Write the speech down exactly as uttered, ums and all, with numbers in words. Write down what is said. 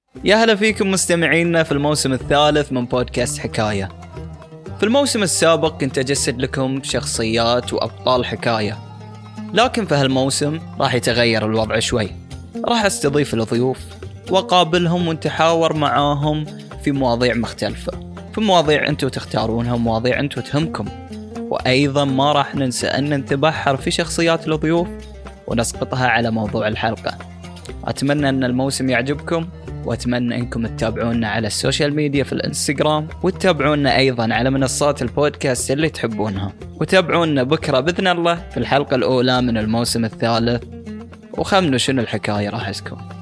يا هلا فيكم مستمعينا في الموسم الثالث من بودكاست حكاية. في الموسم السابق كنت أجسد لكم شخصيات وأبطال حكاية، لكن في هالموسم راح يتغير الوضع شوي. راح أستضيف الضيوف وقابلهم ونتحاور معاهم في مواضيع مختلفة، في مواضيع أنتوا تختارونها، مواضيع أنتوا تهمكم. وأيضا ما راح ننسى أن نتبحر في شخصيات الضيوف ونسقطها على موضوع الحلقة. أتمنى أن الموسم يعجبكم، وأتمنى أنكم تتابعونا على السوشيال ميديا في الانستغرام، وتتابعونا أيضا على منصات البودكاست اللي تحبونها، وتابعونا بكرة بإذن الله في الحلقة الأولى من الموسم الثالث، وخمنوا شنو الحكاية راح تكون.